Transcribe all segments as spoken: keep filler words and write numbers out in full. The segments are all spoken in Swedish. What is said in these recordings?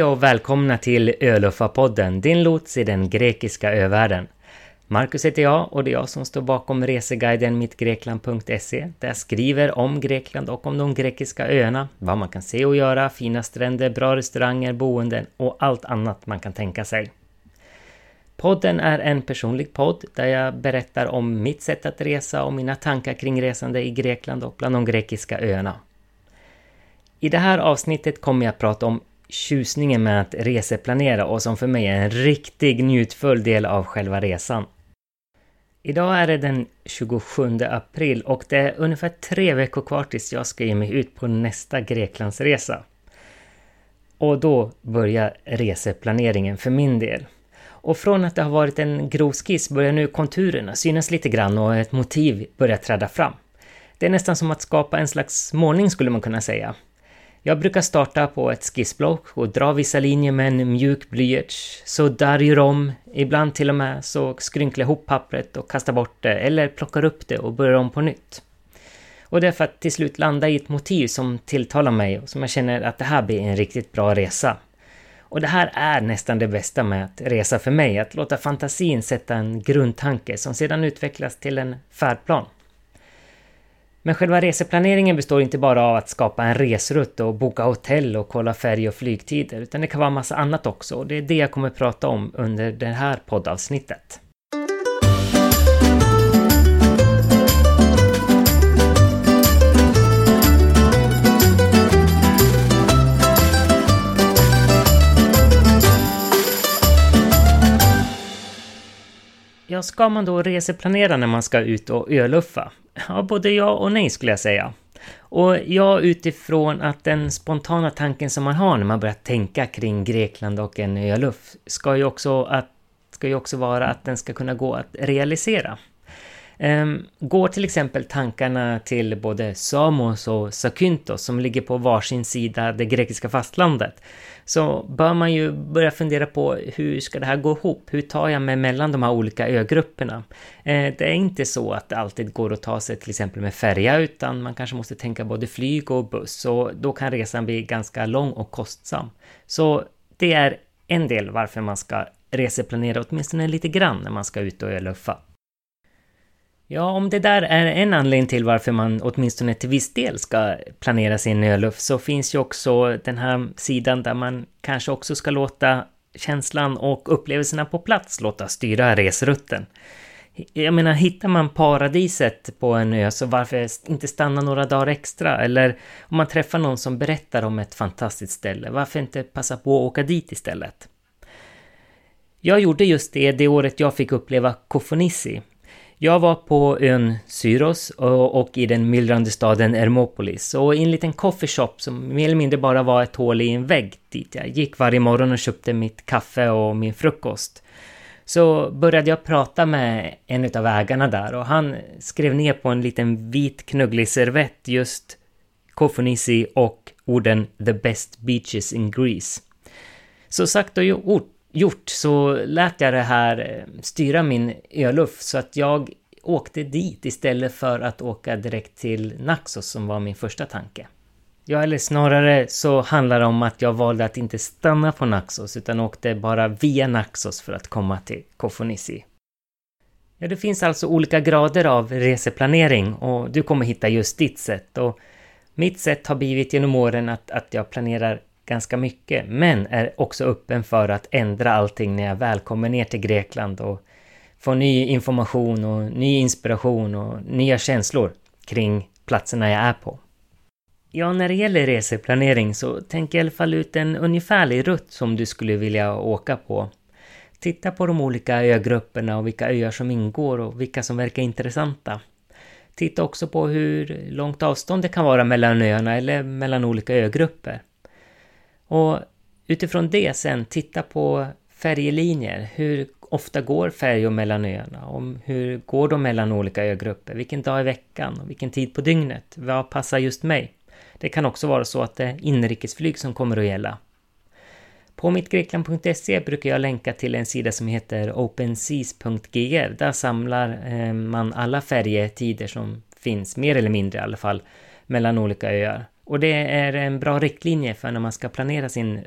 Hej och välkomna till Öluffa-podden, din lots i den grekiska övärlden. Marcus heter jag och det är jag som står bakom reseguiden mittgrekland punkt se där jag skriver om Grekland och om de grekiska öarna, vad man kan se och göra, fina stränder, bra restauranger, boenden och allt annat man kan tänka sig. Podden är en personlig podd där jag berättar om mitt sätt att resa och mina tankar kring resande i Grekland och bland de grekiska öarna. I det här avsnittet kommer jag att prata om tjusningen med att reseplanera och som för mig är en riktig njutfull del av själva resan. Idag är det den tjugosjunde april och det är ungefär tre veckor kvar tills jag ska ge mig ut på nästa Greklandsresa. Och då börjar reseplaneringen för min del. Och från att det har varit en grov skiss börjar nu konturerna synas lite grann och ett motiv börjar träda fram. Det är nästan som att skapa en slags målning skulle man kunna säga. Jag brukar starta på ett skissblock och dra vissa linjer med en mjuk blyerts, så där gör om, ibland till och med så skrynklar ihop pappret och kastar bort det eller plockar upp det och börjar om på nytt. Och det är för att till slut landa i ett motiv som tilltalar mig och som jag känner att det här blir en riktigt bra resa. Och det här är nästan det bästa med att resa för mig, att låta fantasin sätta en grundtanke som sedan utvecklas till en färdplan. Men själva reseplaneringen består inte bara av att skapa en resrutt och boka hotell och kolla färg- och flygtider, utan det kan vara massa annat också och det är det jag kommer att prata om under det här poddavsnittet. Ja, ska man då reseplanera när man ska ut och öluffa? Ja, både ja och nej skulle jag säga. Och ja, utifrån att den spontana tanken som man har när man börjar tänka kring Grekland och en öluff ska ju också, att, ska ju också vara att den ska kunna gå att realisera. Um, går till exempel tankarna till både Samos och Zakynthos som ligger på varsin sida det grekiska fastlandet, så bör man ju börja fundera på hur ska det här gå ihop? Hur tar jag mig mellan de här olika ögrupperna? Eh, det är inte så att det alltid går att ta sig till exempel med färja, utan man kanske måste tänka både flyg och buss och då kan resan bli ganska lång och kostsam. Så det är en del varför man ska reseplanera åtminstone lite grann när man ska ut och öluffa. Ja, om det där är en anledning till varför man åtminstone till viss del ska planera sin öluff, så finns ju också den här sidan där man kanske också ska låta känslan och upplevelserna på plats låta styra resrutten. Jag menar, hittar man paradiset på en ö, så varför inte stanna några dagar extra? Eller om man träffar någon som berättar om ett fantastiskt ställe, varför inte passa på att åka dit istället? Jag gjorde just det det året jag fick uppleva Kofonissi. Jag var på ön Syros och, och i den myllrande staden Hermopolis och i en liten coffeeshop som mer eller mindre bara var ett hål i en vägg dit jag gick varje morgon och köpte mitt kaffe och min frukost. Så började jag prata med en av ägarna där och han skrev ner på en liten vit knugglig servett just Kofonissi och orden "The best beaches in Greece". Så sagt och gjort. gjort så lät jag det här styra min öluff så att jag åkte dit istället för att åka direkt till Naxos som var min första tanke. Ja, eller snarare så handlar det om att jag valde att inte stanna på Naxos utan åkte bara via Naxos för att komma till Kofonissi. Ja, det finns alltså olika grader av reseplanering och du kommer hitta just ditt sätt, och mitt sätt har blivit genom åren att, att jag planerar ganska mycket, men är också öppen för att ändra allting när jag väl kommer ner till Grekland och får ny information och ny inspiration och nya känslor kring platserna jag är på. Ja, när det gäller reseplanering så tänk i alla fall ut en ungefärlig rutt som du skulle vilja åka på. Titta på de olika ögrupperna och vilka öar som ingår och vilka som verkar intressanta. Titta också på hur långt avstånd det kan vara mellan öarna eller mellan olika ögrupper. Och utifrån det sen titta på färjelinjer. Hur ofta går färjor mellan öarna? Om hur går de mellan olika ögrupper? Vilken dag i veckan? Och vilken tid på dygnet? Vad passar just mig? Det kan också vara så att det är inrikesflyg som kommer att gälla. På mittgrekland punkt se brukar jag länka till en sida som heter openseas punkt gr. Där samlar man alla färjetider som finns, mer eller mindre i alla fall, mellan olika öar. Och det är en bra riktlinje för när man ska planera sin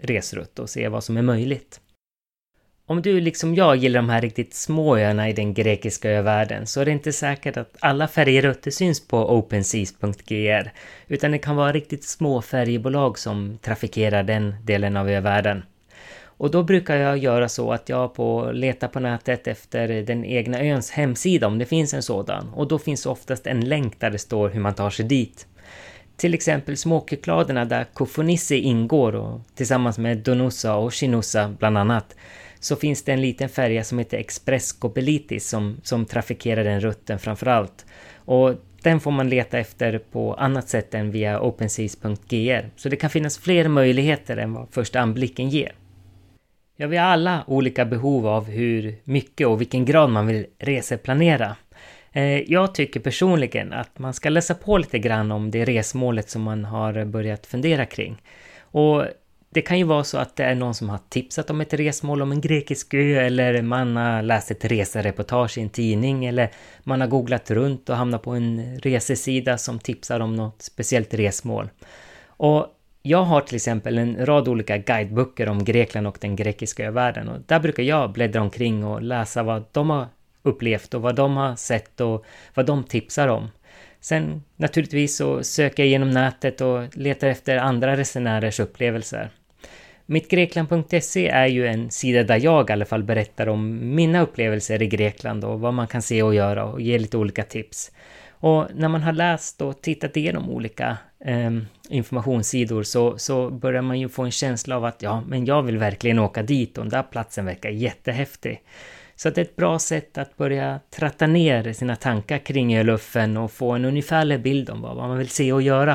resrutt och se vad som är möjligt. Om du liksom jag gillar de här riktigt små öarna i den grekiska övärlden så är det inte säkert att alla färjerutter syns på openseas punkt g r, utan det kan vara riktigt små färjebolag som trafikerar den delen av övärlden. Och då brukar jag göra så att jag på letar på nätet efter den egna öns hemsida om det finns en sådan, och då finns oftast en länk där det står hur man tar sig dit. Till exempel Småkykladerna där Kofonissi ingår och tillsammans med Donussa och Chinussa bland annat, så finns det en liten färja som heter Express Kopelitis som, som trafikerar den rutten framförallt. Och den får man leta efter på annat sätt än via openseas punkt g r. Så det kan finnas fler möjligheter än vad första anblicken ger. Ja, vi har alla olika behov av hur mycket och vilken grad man vill reseplanera. Jag tycker personligen att man ska läsa på lite grann om det resmålet som man har börjat fundera kring. Och det kan ju vara så att det är någon som har tipsat om ett resmål om en grekisk ö, eller man har läst ett resereportage i en tidning, eller man har googlat runt och hamnat på en resesida som tipsar om något speciellt resmål. Och jag har till exempel en rad olika guideböcker om Grekland och den grekiska övärlden, och där brukar jag bläddra omkring och läsa vad de har upplevt och vad de har sett och vad de tipsar om. Sen naturligtvis så söker jag igenom nätet och letar efter andra resenärers upplevelser. Mittgrekland punkt se är ju en sida där jag i alla fall berättar om mina upplevelser i Grekland och vad man kan se och göra och ge lite olika tips. Och när man har läst och tittat igenom olika eh, informationssidor så, så börjar man ju få en känsla av att ja, men jag vill verkligen åka dit och den där platsen verkar jättehäftig. Så det är ett bra sätt att börja tratta ner sina tankar kring öluffen och få en ungefärlig bild om vad man vill se och göra.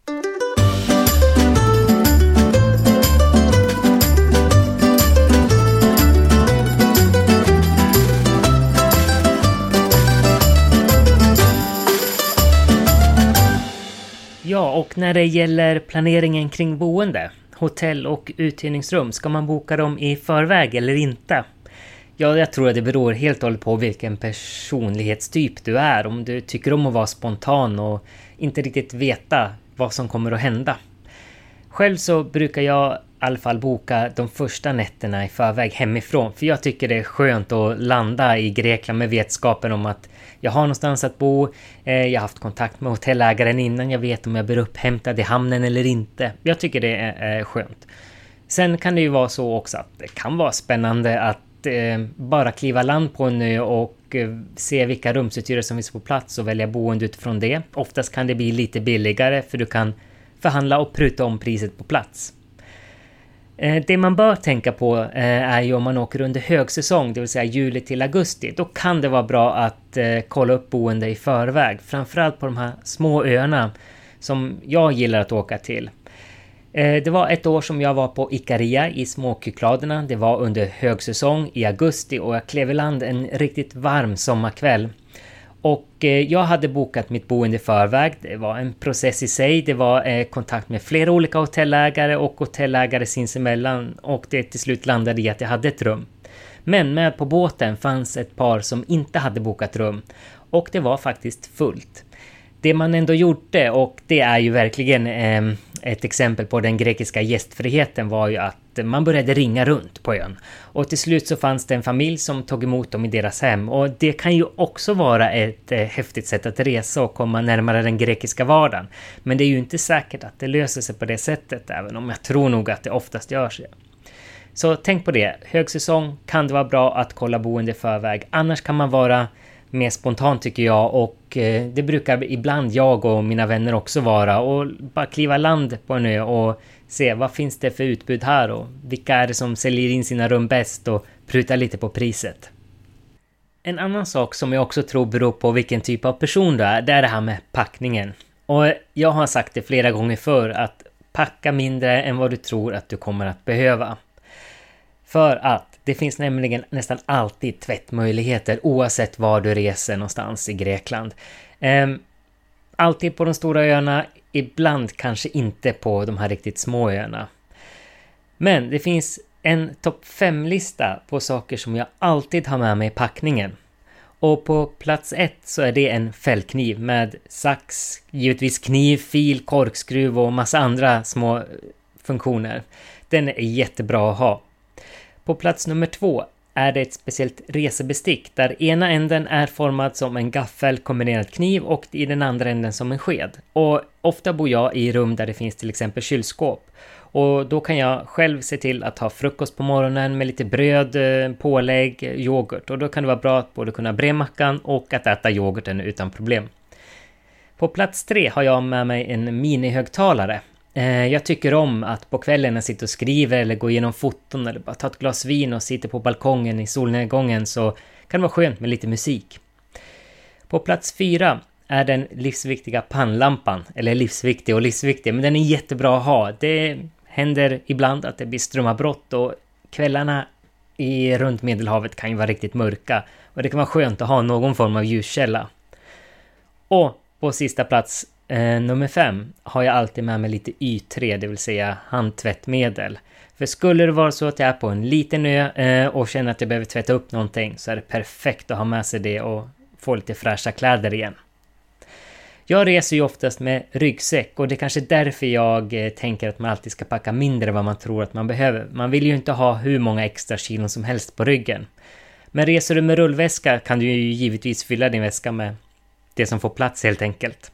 Ja, och när det gäller planeringen kring boende, hotell och uthyrningsrum, ska man boka dem i förväg eller inte? Ja, jag tror att det beror helt och hållet på vilken personlighetstyp du är. Om du tycker om att vara spontan och inte riktigt veta vad som kommer att hända. Själv så brukar jag i alla fall boka de första nätterna i förväg hemifrån. För jag tycker det är skönt att landa i Grekland med vetskapen om att jag har någonstans att bo. Jag har haft kontakt med hotellägaren innan jag vet om jag blir upphämtad i hamnen eller inte. Jag tycker det är skönt. Sen kan det ju vara så också att det kan vara spännande att bara kliva land på en ö och se vilka rumsuthyrare som finns på plats och välja boende utifrån det. Oftast kan det bli lite billigare för du kan förhandla och pruta om priset på plats. Det man bör tänka på är ju om man åker under högsäsong, det vill säga juli till augusti. Då kan det vara bra att kolla upp boende i förväg. Framförallt på de här små öarna som jag gillar att åka till. Det var ett år som jag var på Ikaria i Småkykladerna. Det var under högsäsong i augusti och jag klev i land en riktigt varm sommarkväll. Och jag hade bokat mitt boende i förväg. Det var en process i sig. Det var kontakt med flera olika hotellägare och hotellägare sinsemellan. Och det till slut landade i att jag hade ett rum. Men med på båten fanns ett par som inte hade bokat rum. Och det var faktiskt fullt. Det man ändå gjorde, och det är ju verkligen eh, ett exempel på den grekiska gästfriheten, var ju att man började ringa runt på ön. Och till slut så fanns det en familj som tog emot dem i deras hem. Och det kan ju också vara ett eh, häftigt sätt att resa och komma närmare den grekiska vardagen. Men det är ju inte säkert att det löser sig på det sättet, även om jag tror nog att det oftast gör sig. Så tänk på det. Högsäsong kan det vara bra att kolla boende i förväg. Annars kan man vara mer spontant tycker jag, och eh, det brukar ibland jag och mina vänner också vara, och bara kliva land på en ö och se vad finns det för utbud här och vilka är det som säljer in sina rum bäst och pruta lite på priset. En annan sak som jag också tror beror på vilken typ av person du är, det är det här med packningen. Och jag har sagt det flera gånger förr att packa mindre än vad du tror att du kommer att behöva. För att det finns nämligen nästan alltid tvättmöjligheter oavsett var du reser någonstans i Grekland. Ehm, alltid på de stora öarna, ibland kanske inte på de här riktigt små öarna. Men det finns en topp fem-lista på saker som jag alltid har med mig i packningen. Och på plats ett så är det en fällkniv med sax, givetvis kniv, fil, korkskruv och massa andra små funktioner. Den är jättebra att ha. På plats nummer två är det ett speciellt resebestick där ena änden är formad som en gaffel kombinerad kniv och i den andra änden som en sked. Och ofta bor jag i rum där det finns till exempel kylskåp. Och då kan jag själv se till att ha frukost på morgonen med lite bröd, pålägg, yoghurt. Och då kan det vara bra att både kunna bre mackan och att äta yoghurten utan problem. På plats tre har jag med mig en minihögtalare. Jag tycker om att på kvällen när jag sitter och skriver eller går igenom foton eller bara tar ett glas vin och sitter på balkongen i solnedgången så kan det vara skönt med lite musik. På plats fyra är den livsviktiga pannlampan. Eller livsviktig och livsviktig, men den är jättebra att ha. Det händer ibland att det blir strömavbrott och kvällarna i runt Medelhavet kan ju vara riktigt mörka. Och det kan vara skönt att ha någon form av ljuskälla. Och på sista plats, eh, nummer fem, har jag alltid med mig lite Y tre, det vill säga handtvättmedel. För skulle det vara så att jag är på en liten ö eh, och känner att jag behöver tvätta upp någonting så är det perfekt att ha med sig det och få lite fräscha kläder igen. Jag reser ju oftast med ryggsäck och det är kanske därför jag eh, tänker att man alltid ska packa mindre än vad man tror att man behöver. Man vill ju inte ha hur många extra kilon som helst på ryggen. Men reser du med rullväska kan du ju givetvis fylla din väska med det som får plats helt enkelt.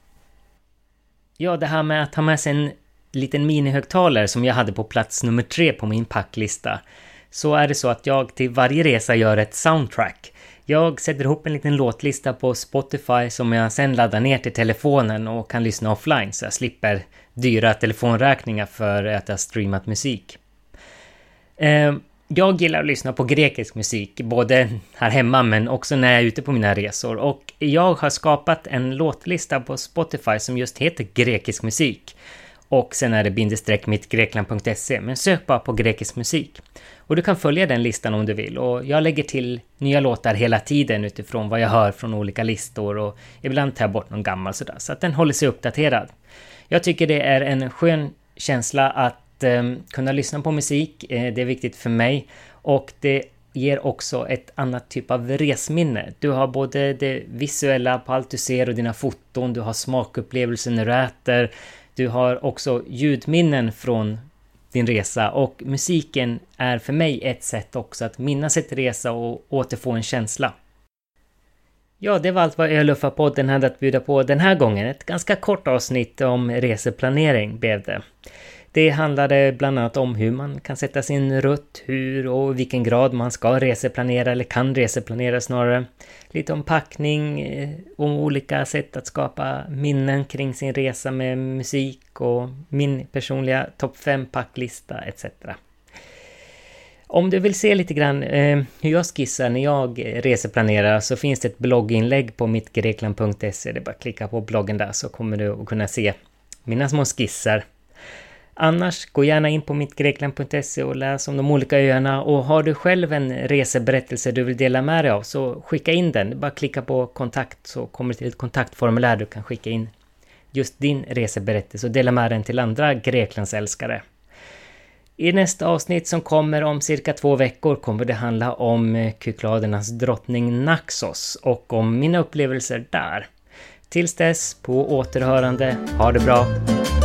Ja, det här med att ha med sig en liten minihögtalare som jag hade på plats nummer tre på min packlista. Så är det så att jag till varje resa gör ett soundtrack. Jag sätter ihop en liten låtlista på Spotify som jag sen laddar ner till telefonen och kan lyssna offline så jag slipper dyra telefonräkningar för att jag streamat musik. Eh, jag gillar att lyssna på grekisk musik, både här hemma men också när jag är ute på mina resor. Och jag har skapat en låtlista på Spotify som just heter grekisk musik. Och sen är det bindestreck mittgrekland punkt se, men sök bara på grekisk musik. Och du kan följa den listan om du vill. Och jag lägger till nya låtar hela tiden utifrån vad jag hör från olika listor. Och ibland tar jag bort någon gammal sådär. Så att den håller sig uppdaterad. Jag tycker det är en skön känsla att eh, kunna lyssna på musik. Eh, det är viktigt för mig. Och det ger också ett annat typ av resminne. Du har både det visuella på allt du ser och dina foton. Du har smakupplevelser när du äter. Du har också ljudminnen från din resa och musiken är för mig ett sätt också att minnas ett resa och återfå en känsla. Ja, det var allt vad Öluffa-podden hade att bjuda på den här gången. Ett ganska kort avsnitt om reseplanering blev det. Det handlade bland annat om hur man kan sätta sin rutt, hur och vilken grad man ska reseplanera eller kan reseplanera snarare. Lite om packning, om olika sätt att skapa minnen kring sin resa med musik och min personliga topp fem packlista et cetera. Om du vill se lite grann eh, hur jag skissar när jag reseplanerar så finns det ett blogginlägg på mittgrekland punkt se. Det är bara att klicka på bloggen där så kommer du att kunna se mina små skisser. Annars, gå gärna in på mittgrekland punkt se och läs om de olika öarna. Och har du själv en reseberättelse du vill dela med dig av så skicka in den. Bara klicka på kontakt så kommer det till ett kontaktformulär du kan skicka in just din reseberättelse och dela med den till andra Greklandsälskare. I nästa avsnitt som kommer om cirka två veckor kommer det handla om Kykladernas drottning Naxos och om mina upplevelser där. Tills dess, på återhörande, ha det bra!